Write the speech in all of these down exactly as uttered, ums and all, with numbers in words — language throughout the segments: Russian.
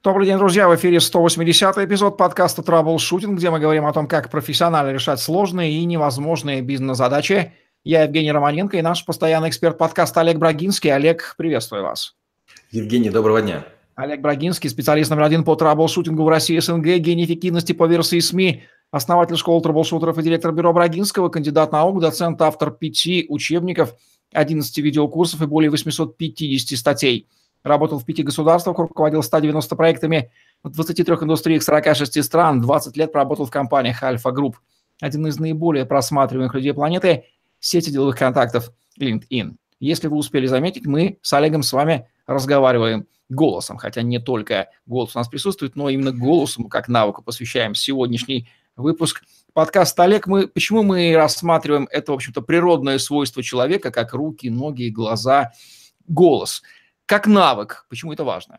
Добрый день, друзья! В эфире сто восьмидесятый эпизод подкаста «Траблшутинг», где мы говорим о том, как профессионально решать сложные и невозможные бизнес-задачи. Я Евгений Романенко и наш постоянный эксперт подкаста Олег Брагинский. Олег, приветствую вас. Евгений, доброго дня. Олег Брагинский, специалист номер один по траблшутингу в России и СНГ, гений эффективности по версии СМИ, основатель школы траблшутеров и директор бюро Брагинского, кандидат наук, доцент, автор пяти учебников, одиннадцати видеокурсов и более восьмисот пятидесяти статей. Работал в пяти государствах, руководил ста девяноста проектами в двадцати трёх индустриях сорока шести стран, двадцать лет проработал в компаниях Альфа Групп. Один из наиболее просматриваемых людей планеты – сети деловых контактов LinkedIn. Если вы успели заметить, мы с Олегом с вами разговариваем голосом, хотя не только голос у нас присутствует, но именно голосом, как навыку, посвящаем сегодняшний выпуск подкаста. Олег, мы, почему мы рассматриваем это, в общем-то, природное свойство человека, как руки, ноги, глаза, голос – как навык. Почему это важно?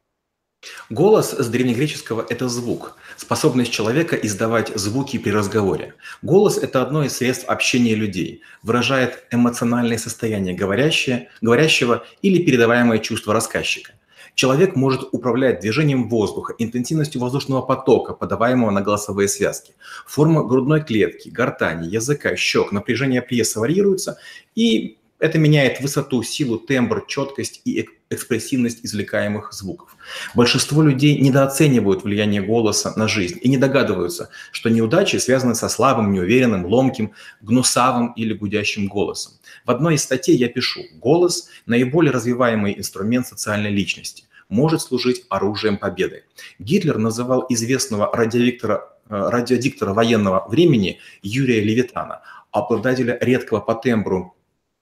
Голос с древнегреческого – это звук, способность человека издавать звуки при разговоре. Голос – это одно из средств общения людей, выражает эмоциональное состояние говорящее, говорящего или передаваемое чувство рассказчика. Человек может управлять движением воздуха, интенсивностью воздушного потока, подаваемого на голосовые связки. Форма грудной клетки, гортани, языка, щек, напряжение пресса варьируются, и это меняет высоту, силу, тембр, четкость и экспрессивность извлекаемых звуков. Большинство людей недооценивают влияние голоса на жизнь и не догадываются, что неудачи связаны со слабым, неуверенным, ломким, гнусавым или гудящим голосом. В одной из статей я пишу: голос – наиболее развиваемый инструмент социальной личности, может служить оружием победы. Гитлер называл известного радиодиктора, радиодиктора военного времени Юрия Левитана, обладателя редкого по тембру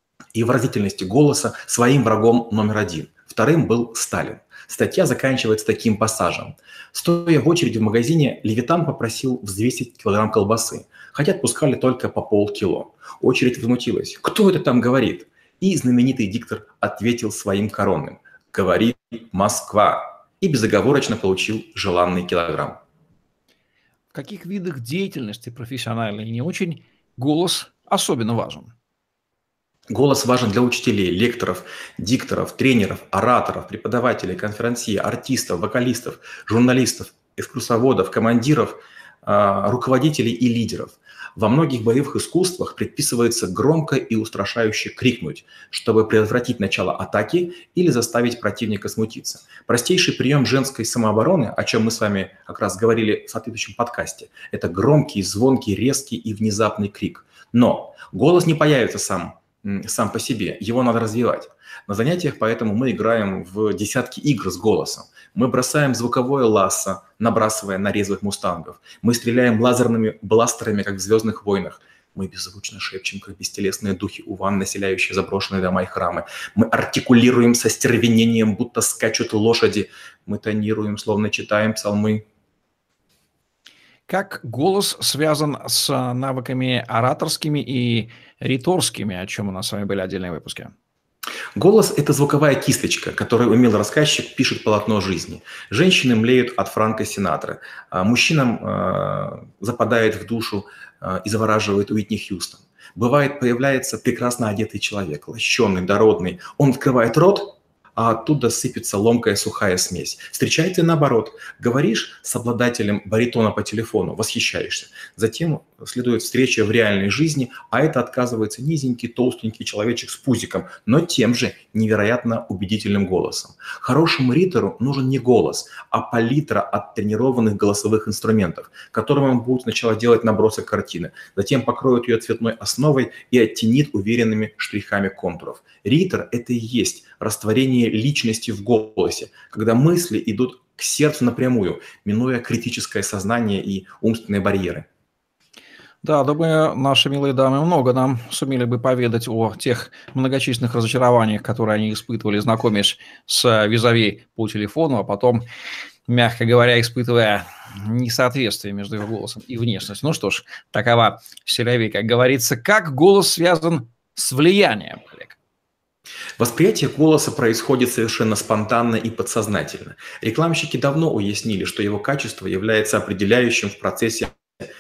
и выразительности голоса, своим врагом номер один. Вторым был Сталин. Статья заканчивается таким пассажем. Стоя в очереди в магазине, Левитан попросил взвесить килограмм колбасы, хотя отпускали только по полкило. Очередь возмутилась: «Кто это там говорит?» И знаменитый диктор ответил своим коронным: «Говорит Москва», и безоговорочно получил желанный килограмм. В каких видах деятельности, профессиональной и не очень, голос особенно важен? Голос важен для учителей, лекторов, дикторов, тренеров, ораторов, преподавателей, конферансье, артистов, вокалистов, журналистов, экскурсоводов, командиров, руководителей и лидеров. Во многих боевых искусствах предписывается громко и устрашающе крикнуть, чтобы предотвратить начало атаки или заставить противника смутиться. Простейший прием женской самообороны, о чем мы с вами как раз говорили в соответствующем подкасте, это громкий, звонкий, резкий и внезапный крик. Но голос не появится сам. сам по себе, его надо развивать. На занятиях поэтому мы играем в десятки игр с голосом. Мы бросаем звуковое лассо, набрасывая на резвых мустангов. Мы стреляем лазерными бластерами, как в «Звездных войнах». Мы беззвучно шепчем, как бестелесные духи уван, населяющие заброшенные дома и храмы. Мы артикулируем со стервенением, будто скачут лошади. Мы тонируем, словно читаем псалмы. Как голос связан с навыками ораторскими и риторскими, о чем у нас с вами были отдельные выпуски? Голос – это звуковая кисточка, которой умелый рассказчик пишет полотно жизни. Женщины млеют от Франка Синатра, а мужчинам э, западает в душу э, и завораживает Уитни Хьюстон. Бывает, появляется прекрасно одетый человек, лощеный, дородный. Он открывает рот, а оттуда сыпется ломкая сухая смесь. Встречается наоборот. Говоришь с обладателем баритона по телефону, восхищаешься. Затем следует встреча в реальной жизни, а это отказывается низенький, толстенький человечек с пузиком, но тем же невероятно убедительным голосом. Хорошему ритору нужен не голос, а палитра от тренированных голосовых инструментов, которым он будет сначала делать набросок картины, затем покроет ее цветной основой и оттенит уверенными штрихами контуров. Ритор – это и есть растворение личности в голосе, когда мысли идут к сердцу напрямую, минуя критическое сознание и умственные барьеры. Да, думаю, наши милые дамы много нам сумели бы поведать о тех многочисленных разочарованиях, которые они испытывали, знакомясь с визави по телефону, а потом, мягко говоря, испытывая несоответствие между его голосом и внешностью. Ну что ж, такова селяви, как говорится. Как голос связан с влиянием, Олег? Восприятие голоса происходит совершенно спонтанно и подсознательно. Рекламщики давно уяснили, что его качество является определяющим в процессе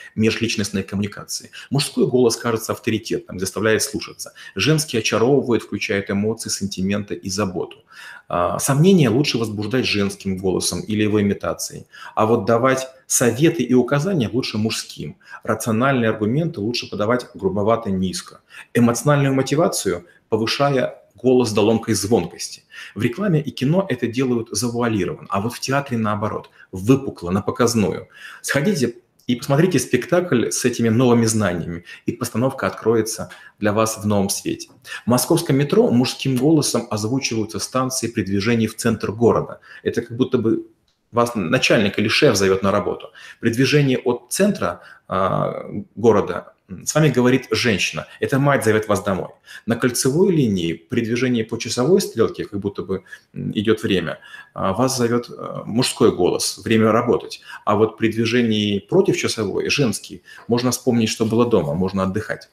межличностной коммуникации. Мужской голос кажется авторитетным, заставляет слушаться. Женский очаровывает, включает эмоции, сантименты и заботу. Сомнения лучше возбуждать женским голосом или его имитацией. А вот давать советы и указания лучше мужским. Рациональные аргументы лучше подавать грубовато низко. Эмоциональную мотивацию повышая голос до ломкой звонкости. В рекламе и кино это делают завуалированно, а вот в театре наоборот, выпукло, на показную. Сходите и посмотрите спектакль с этими новыми знаниями, и постановка откроется для вас в новом свете. В московском метро мужским голосом озвучиваются станции при движении в центр города. Это как будто бы вас начальник или шеф зовет на работу. При движении от центра э, города с вами говорит женщина. Это мать зовет вас домой. На кольцевой линии при движении по часовой стрелке, как будто бы идет время, вас зовет мужской голос, время работать. А вот при движении против часовой, женский, можно вспомнить, что было дома, можно отдыхать.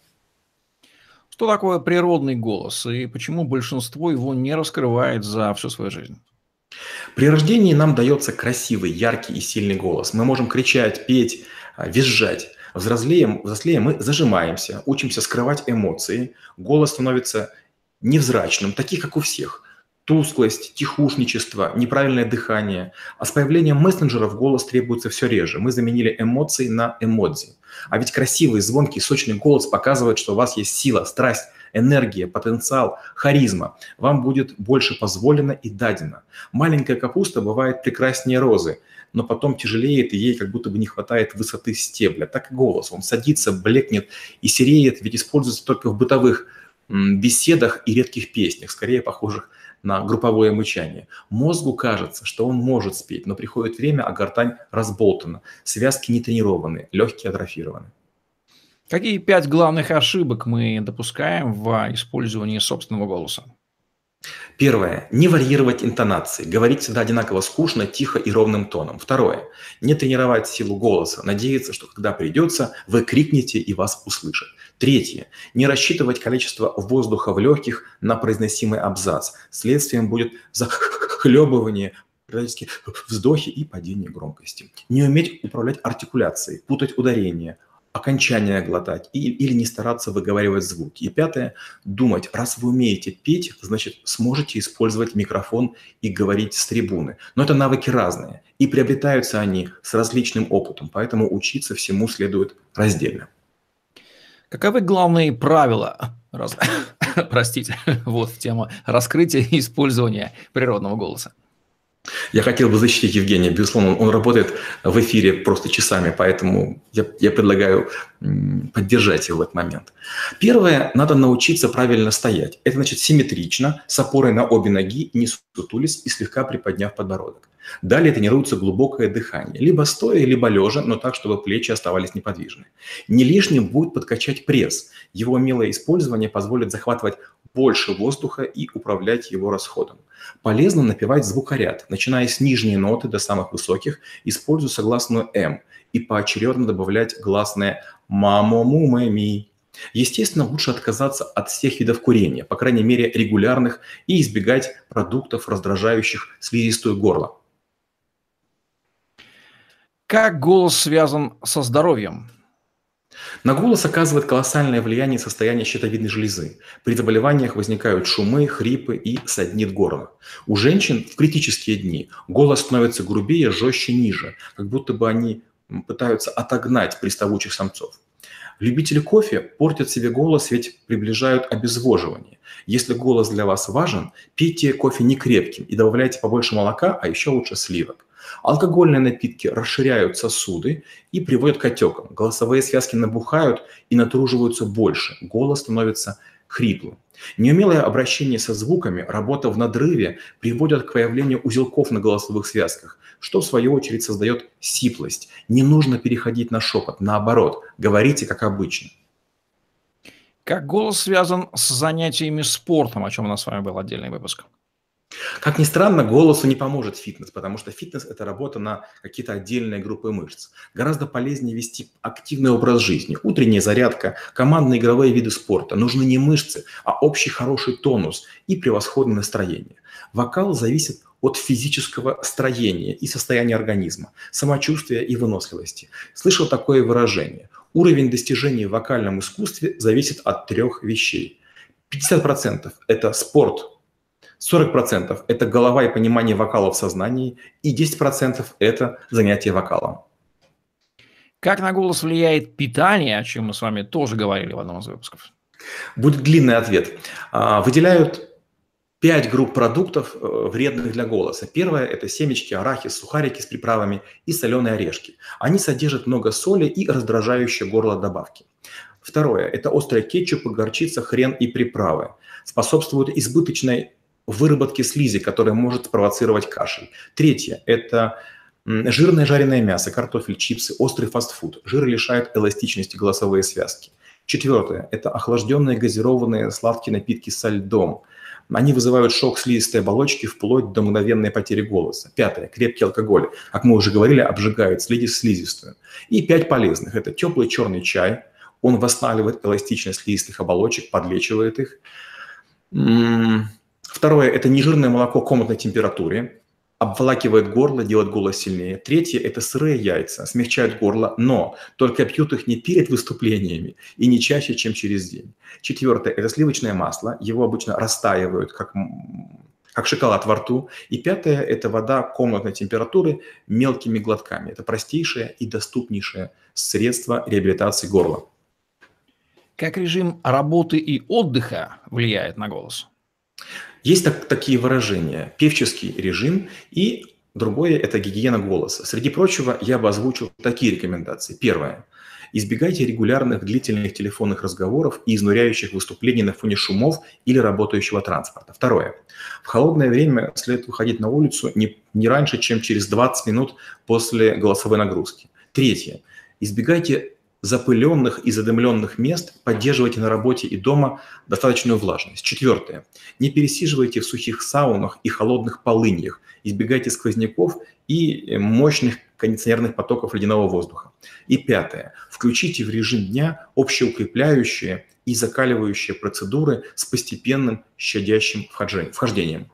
Что такое природный голос и почему большинство его не раскрывает за всю свою жизнь? При рождении нам дается красивый, яркий и сильный голос. Мы можем кричать, петь, визжать. Взрослеем, взрослеем мы зажимаемся, учимся скрывать эмоции. Голос становится невзрачным, таких, как у всех. Тусклость, тихушничество, неправильное дыхание. А с появлением мессенджеров голос требуется все реже. Мы заменили эмоции на эмодзи. А ведь красивый, звонкий, сочный голос показывает, что у вас есть сила, страсть, энергия, потенциал, харизма. Вам будет больше позволено и дадено. Маленькая капуста бывает прекраснее розы, но потом тяжелеет, и ей как будто бы не хватает высоты стебля. Так и голос. Он садится, блекнет и сереет, ведь используется только в бытовых беседах и редких песнях, скорее похожих на групповое мычание. Мозгу кажется, что он может спеть, но приходит время, а гортань разболтана, связки не тренированы, легкие атрофированы. Какие пять главных ошибок мы допускаем в использовании собственного голоса? Первое. Не варьировать интонации. Говорить всегда одинаково скучно, тихо и ровным тоном. Второе. Не тренировать силу голоса. Надеяться, что когда придется, вы крикнете и вас услышат. Третье. Не рассчитывать количество воздуха в легких на произносимый абзац. Следствием будет захлебывание, периодически вздохи и падение громкости. Не уметь управлять артикуляцией, путать ударения, окончания глотать и, или не стараться выговаривать звуки. И пятое, думать, раз вы умеете петь, значит, сможете использовать микрофон и говорить с трибуны. Но это навыки разные, и приобретаются они с различным опытом, поэтому учиться всему следует раздельно. Каковы главные правила, раз... простите, вот тема раскрытия и использования природного голоса? Я хотел бы защитить Евгения, безусловно, он работает в эфире просто часами, поэтому я, я предлагаю поддержать его в этот момент. Первое, надо научиться правильно стоять. Это значит симметрично, с опорой на обе ноги, не сутулись и слегка приподняв подбородок. Далее тренируется глубокое дыхание, либо стоя, либо лежа, но так, чтобы плечи оставались неподвижны. Не лишним будет подкачать пресс. Его умелое использование позволит захватывать больше воздуха и управлять его расходом. Полезно напевать звукоряд, начиная с нижней ноты до самых высоких, используя согласную «м» и поочередно добавлять гласное «мамо, муме, ми». Естественно, лучше отказаться от всех видов курения, по крайней мере регулярных, и избегать продуктов, раздражающих слизистую горло. Как голос связан со здоровьем? На голос оказывает колоссальное влияние состояние щитовидной железы. При заболеваниях возникают шумы, хрипы и саднит горло. У женщин в критические дни голос становится грубее, жестче, ниже, как будто бы они пытаются отогнать приставучих самцов. Любители кофе портят себе голос, ведь приближают обезвоживание. Если голос для вас важен, пейте кофе не крепким и добавляйте побольше молока, а еще лучше сливок. Алкогольные напитки расширяют сосуды и приводят к отекам. Голосовые связки набухают и натруживаются больше. Голос становится хриплым. Неумелое обращение со звуками, работа в надрыве приводят к появлению узелков на голосовых связках, что в свою очередь создает сиплость. Не нужно переходить на шепот, наоборот, говорите как обычно. Как голос связан с занятиями спортом, о чем у нас с вами был отдельный выпуск? Как ни странно, голосу не поможет фитнес, потому что фитнес – это работа на какие-то отдельные группы мышц. Гораздо полезнее вести активный образ жизни, утренняя зарядка, командные игровые виды спорта. Нужны не мышцы, а общий хороший тонус и превосходное настроение. Вокал зависит от физического строения и состояния организма, самочувствия и выносливости. Слышал такое выражение. Уровень достижений в вокальном искусстве зависит от трех вещей. пятьдесят процентов – это спорт, сорок процентов – это голова и понимание вокала в сознании, и десять процентов – это занятие вокалом. Как на голос влияет питание, о чем мы с вами тоже говорили в одном из выпусков? Будет длинный ответ. Выделяют пять групп продуктов, вредных для голоса. Первое – это семечки, арахис, сухарики с приправами и соленые орешки. Они содержат много соли и раздражающие горло добавки. Второе – это острые кетчупы, горчица, хрен и приправы. Способствуют избыточной выработке слизи, которая может спровоцировать кашель. Третье – это жирное жареное мясо, картофель, чипсы, острый фастфуд. Жир лишает эластичности голосовые связки. Четвертое – это охлажденные газированные сладкие напитки со льдом. Они вызывают шок слизистой оболочки вплоть до мгновенной потери голоса. Пятое – крепкий алкоголь. Как мы уже говорили, обжигает слизистую. И пять полезных – это теплый черный чай. Он восстанавливает эластичность слизистых оболочек, подлечивает их. Второе – это нежирное молоко комнатной температуре. Обволакивает горло, делает голос сильнее. Третье – это сырые яйца, смягчают горло, но только пьют их не перед выступлениями и не чаще, чем через день. Четвертое – это сливочное масло, его обычно растаивают, как, как шоколад во рту. И пятое – это вода комнатной температуры мелкими глотками. Это простейшее и доступнейшее средство реабилитации горла. Как режим работы и отдыха влияет на голос? Есть так, такие выражения – певческий режим, и другое – это гигиена голоса. Среди прочего, я бы озвучил такие рекомендации. Первое. Избегайте регулярных длительных телефонных разговоров и изнуряющих выступлений на фоне шумов или работающего транспорта. Второе. В холодное время следует выходить на улицу не, не раньше, чем через двадцать минут после голосовой нагрузки. Третье. Избегайте запыленных и задымленных мест, поддерживайте на работе и дома достаточную влажность. Четвертое. Не пересиживайте в сухих саунах и холодных полыньях. Избегайте сквозняков и мощных кондиционерных потоков ледяного воздуха. И пятое. Включите в режим дня общеукрепляющие и закаливающие процедуры с постепенным щадящим вхождением.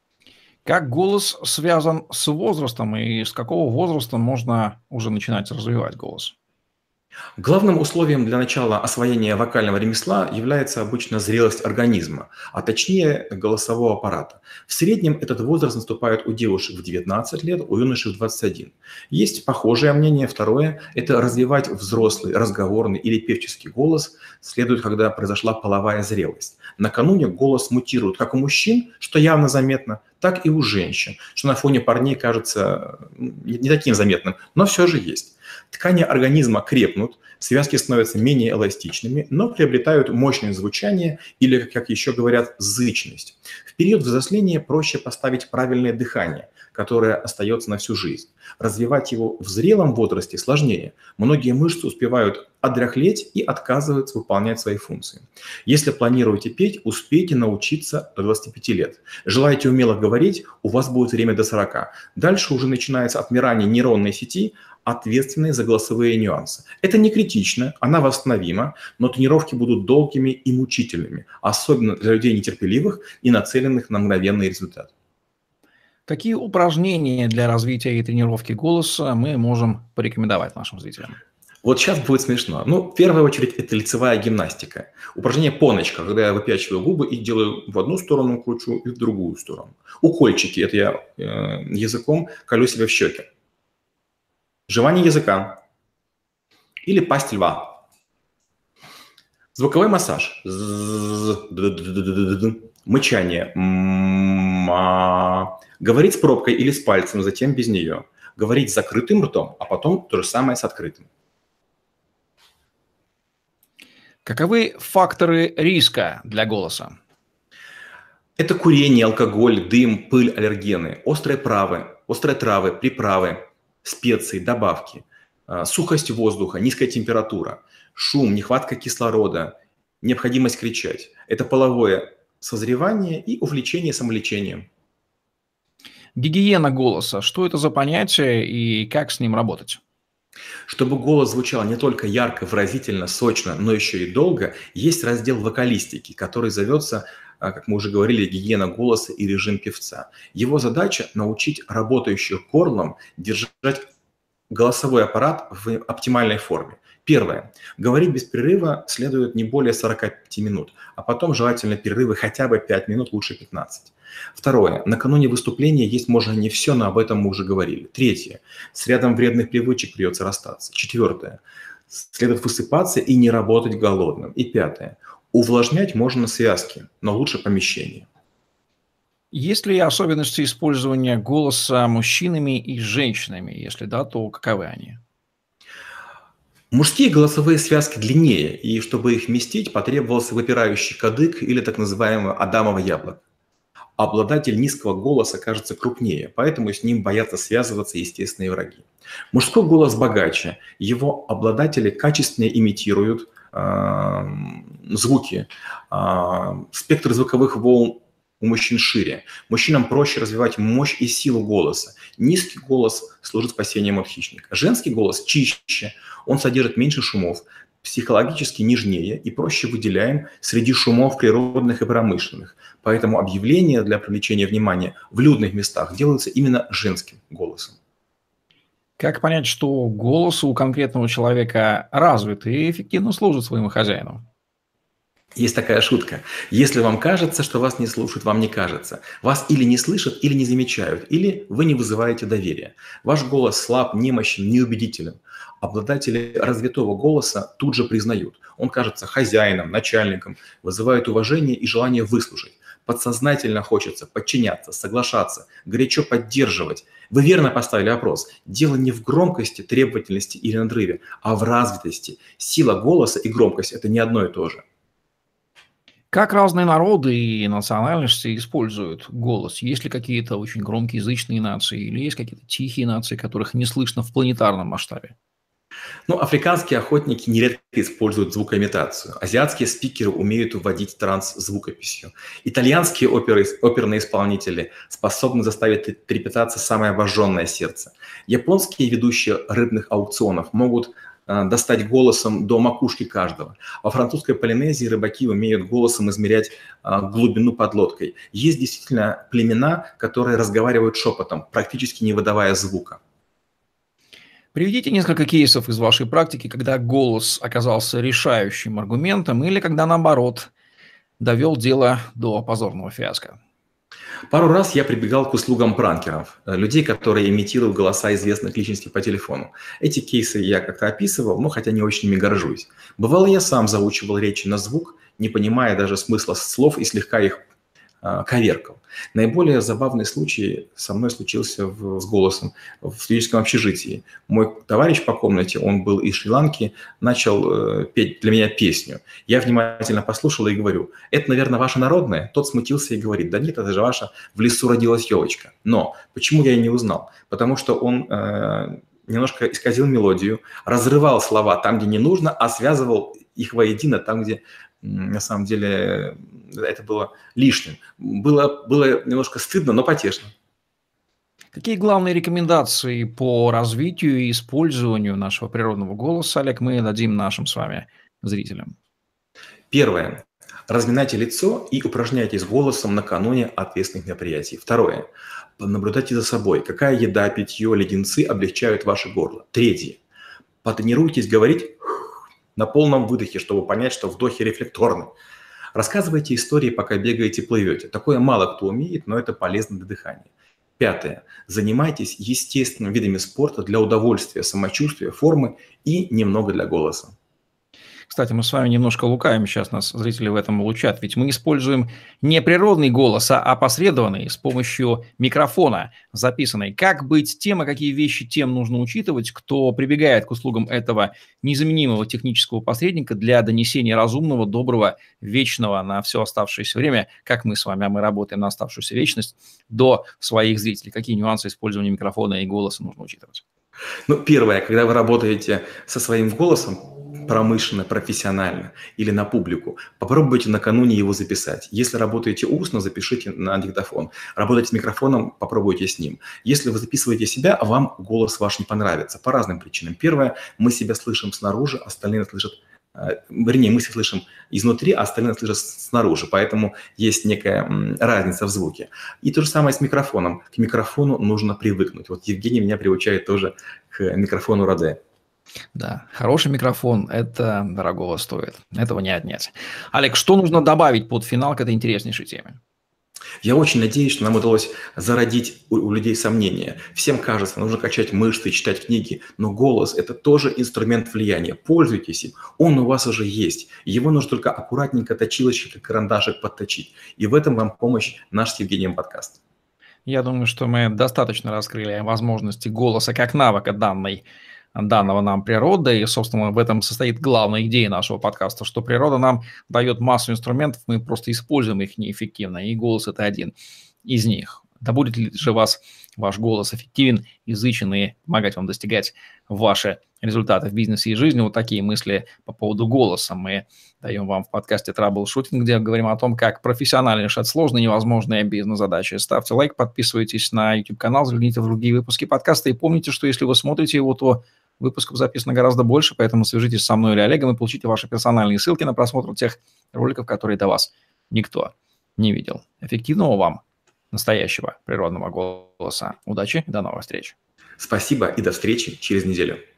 Как голос связан с возрастом и с какого возраста можно уже начинать развивать голос? Главным условием для начала освоения вокального ремесла является обычно зрелость организма, а точнее голосового аппарата. В среднем этот возраст наступает у девушек в девятнадцать лет, у юношей в двадцать один. Есть похожее мнение. Второе – это развивать взрослый, разговорный или певческий голос следует, когда произошла половая зрелость. Накануне голос мутирует как у мужчин, что явно заметно, так и у женщин, что на фоне парней кажется не таким заметным, но все же есть. Ткани организма крепнут, связки становятся менее эластичными, но приобретают мощное звучание или, как еще говорят, зычность. В период взросления проще поставить правильное дыхание, которое остается на всю жизнь. Развивать его в зрелом возрасте сложнее. Многие мышцы успевают одряхлеть и отказываются выполнять свои функции. Если планируете петь, успейте научиться до двадцати пяти лет. Желаете умело говорить, у вас будет время до сорока. Дальше уже начинается отмирание нейронной сети, ответственной за голосовые нюансы. Это не критично, она восстановима, но тренировки будут долгими и мучительными, особенно для людей нетерпеливых и нацеленных на мгновенный результат. Какие упражнения для развития и тренировки голоса мы можем порекомендовать нашим зрителям? Вот сейчас будет смешно. Ну, в первую очередь, это лицевая гимнастика. Упражнение поночка, когда я выпячиваю губы и делаю в одну сторону, кручу и в другую сторону. Укольчики – это я э, языком колю себе в щеки. Жевание языка или пасть льва. Звуковой массаж. Мычание. Говорить с пробкой или с пальцем, затем без нее. Говорить с закрытым ртом, а потом то же самое с открытым. Каковы факторы риска для голоса? Это курение, алкоголь, дым, пыль, аллергены, острые травы, острые травы, приправы, специи, добавки, сухость воздуха, низкая температура, шум, нехватка кислорода, необходимость кричать. Это половое созревание и увлечение самолечением. Гигиена голоса. Что это за понятие и как с ним работать? Чтобы голос звучал не только ярко, выразительно, сочно, но еще и долго, есть раздел вокалистики, который зовется, а, как мы уже говорили, гигиена голоса и режим певца. Его задача – научить работающих горлом держать голосовой аппарат в оптимальной форме. Первое. Говорить без перерыва следует не более сорока пяти минут, а потом желательно перерывы хотя бы пять минут, лучше пятнадцать. Второе. Накануне выступления есть можно не все, но об этом мы уже говорили. Третье. С рядом вредных привычек придется расстаться. Четвертое. Следует высыпаться и не работать голодным. И пятое. Увлажнять можно связки, но лучше помещение. Есть ли особенности использования голоса мужчинами и женщинами? Если да, то каковы они? Мужские голосовые связки длиннее, и чтобы их вместить, потребовался выпирающий кадык или так называемое адамово яблоко. Обладатель низкого голоса кажется крупнее, поэтому с ним боятся связываться естественные враги. Мужской голос богаче, его обладатели качественнее имитируют э, звуки, э, спектр звуковых волн у мужчин шире. Мужчинам проще развивать мощь и силу голоса. Низкий голос служит спасением от хищника. Женский голос чище, он содержит меньше шумов, психологически нежнее и проще выделяем среди шумов природных и промышленных. Поэтому объявления для привлечения внимания в людных местах делаются именно женским голосом. Как понять, что голос у конкретного человека развит и эффективно служит своему хозяину? Есть такая шутка. Если вам кажется, что вас не слушают, вам не кажется. Вас или не слышат, или не замечают, или вы не вызываете доверия. Ваш голос слаб, немощен, неубедителен. Обладатели развитого голоса тут же признают. Он кажется хозяином, начальником, вызывает уважение и желание выслушать. Подсознательно хочется подчиняться, соглашаться, горячо поддерживать. Вы верно поставили вопрос. Дело не в громкости, требовательности или надрыве, а в развитости. Сила голоса и громкость – это не одно и то же. Как разные народы и национальности используют голос? Есть ли какие-то очень громкие язычные нации или есть какие-то тихие нации, которых не слышно в планетарном масштабе? Ну, африканские охотники нередко используют звукоимитацию. Азиатские спикеры умеют вводить транс звукописью. Итальянские оперы, оперные исполнители способны заставить трепетаться самое обожженное сердце. Японские ведущие рыбных аукционов могут э, достать голосом до макушки каждого. Во французской Полинезии рыбаки умеют голосом измерять э, глубину под лодкой. Есть действительно племена, которые разговаривают шепотом, практически не выдавая звука. Приведите несколько кейсов из вашей практики, когда голос оказался решающим аргументом или когда, наоборот, довел дело до позорного фиаско. Пару раз я прибегал к услугам пранкеров, людей, которые имитируют голоса известных личностей по телефону. Эти кейсы я как-то описывал, но хотя не очень ими горжусь. Бывало, я сам заучивал речи на звук, не понимая даже смысла слов и слегка их э, коверкал. Наиболее забавный случай со мной случился в, с голосом в студенческом общежитии. Мой товарищ по комнате, он был из Шри-Ланки, начал э, петь для меня песню. Я внимательно послушал и говорю: это, наверное, ваша народная? Тот смутился и говорит: да нет, это же ваша «В лесу родилась елочка». Но почему я и не узнал? Потому что он э, немножко исказил мелодию, разрывал слова там, где не нужно, а связывал их воедино там, где на самом деле это было лишним. Было, было немножко стыдно, но потешно. Какие главные рекомендации по развитию и использованию нашего природного голоса, Олег, мы дадим нашим с вами зрителям? Первое. Разминайте лицо и упражняйтесь голосом накануне ответственных мероприятий. Второе. Наблюдайте за собой. Какая еда, питье, леденцы облегчают ваше горло. Третье. Потренируйтесь говорить на полном выдохе, чтобы понять, что вдохи рефлекторны. Рассказывайте истории, пока бегаете, плывете. Такое мало кто умеет, но это полезно для дыхания. Пятое. Занимайтесь естественными видами спорта для удовольствия, самочувствия, формы и немного для голоса. Кстати, мы с вами немножко лукавим, сейчас нас зрители в этом улучшат, ведь мы используем не природный голос, а опосредованный с помощью микрофона записанный. Как быть тем, а какие вещи тем нужно учитывать, кто прибегает к услугам этого незаменимого технического посредника для донесения разумного, доброго, вечного на все оставшееся время, как мы с вами, а мы работаем на оставшуюся вечность, до своих зрителей. Какие нюансы использования микрофона и голоса нужно учитывать? Ну, первое, когда вы работаете со своим голосом, промышленно, профессионально или на публику, попробуйте накануне его записать. Если работаете устно, запишите на диктофон. Работаете с микрофоном, попробуйте с ним. Если вы записываете себя, а вам голос ваш не понравится по разным причинам. Первое, мы себя слышим снаружи, остальные слышат, вернее, мы себя слышим изнутри, а остальные слышат снаружи. Поэтому есть некая разница в звуке. И то же самое с микрофоном. К микрофону нужно привыкнуть. Вот Евгений меня приучает тоже к микрофону Rode. Да, хороший микрофон – это дорогого стоит. Этого не отнять. Олег, что нужно добавить под финал к этой интереснейшей теме? Я очень надеюсь, что нам удалось зародить у, у людей сомнения. Всем кажется, нужно качать мышцы, читать книги, но голос – это тоже инструмент влияния. Пользуйтесь им, он у вас уже есть. Его нужно только аккуратненько точилочкой, как карандашик подточить. И в этом вам помощь наш с Евгением подкаст. Я думаю, что мы достаточно раскрыли возможности голоса как навыка данной данного нам природы, и, собственно, в этом состоит главная идея нашего подкаста, что природа нам дает массу инструментов, мы просто используем их неэффективно, и голос – это один из них. Да будет ли же вас ваш голос эффективен, изычен и помогать вам достигать ваши результаты в бизнесе и жизни. Вот такие мысли по поводу голоса мы даем вам в подкасте Troubleshooting, где говорим о том, как профессионально решать сложные невозможные бизнес-задачи. Ставьте лайк, подписывайтесь на YouTube-канал, загляните в другие выпуски подкаста и помните, что если вы смотрите его, то выпусков записано гораздо больше, поэтому свяжитесь со мной или Олегом и получите ваши персональные ссылки на просмотр тех роликов, которые до вас никто не видел. Эффективного вам настоящего природного голоса. Удачи и до новых встреч. Спасибо и до встречи через неделю.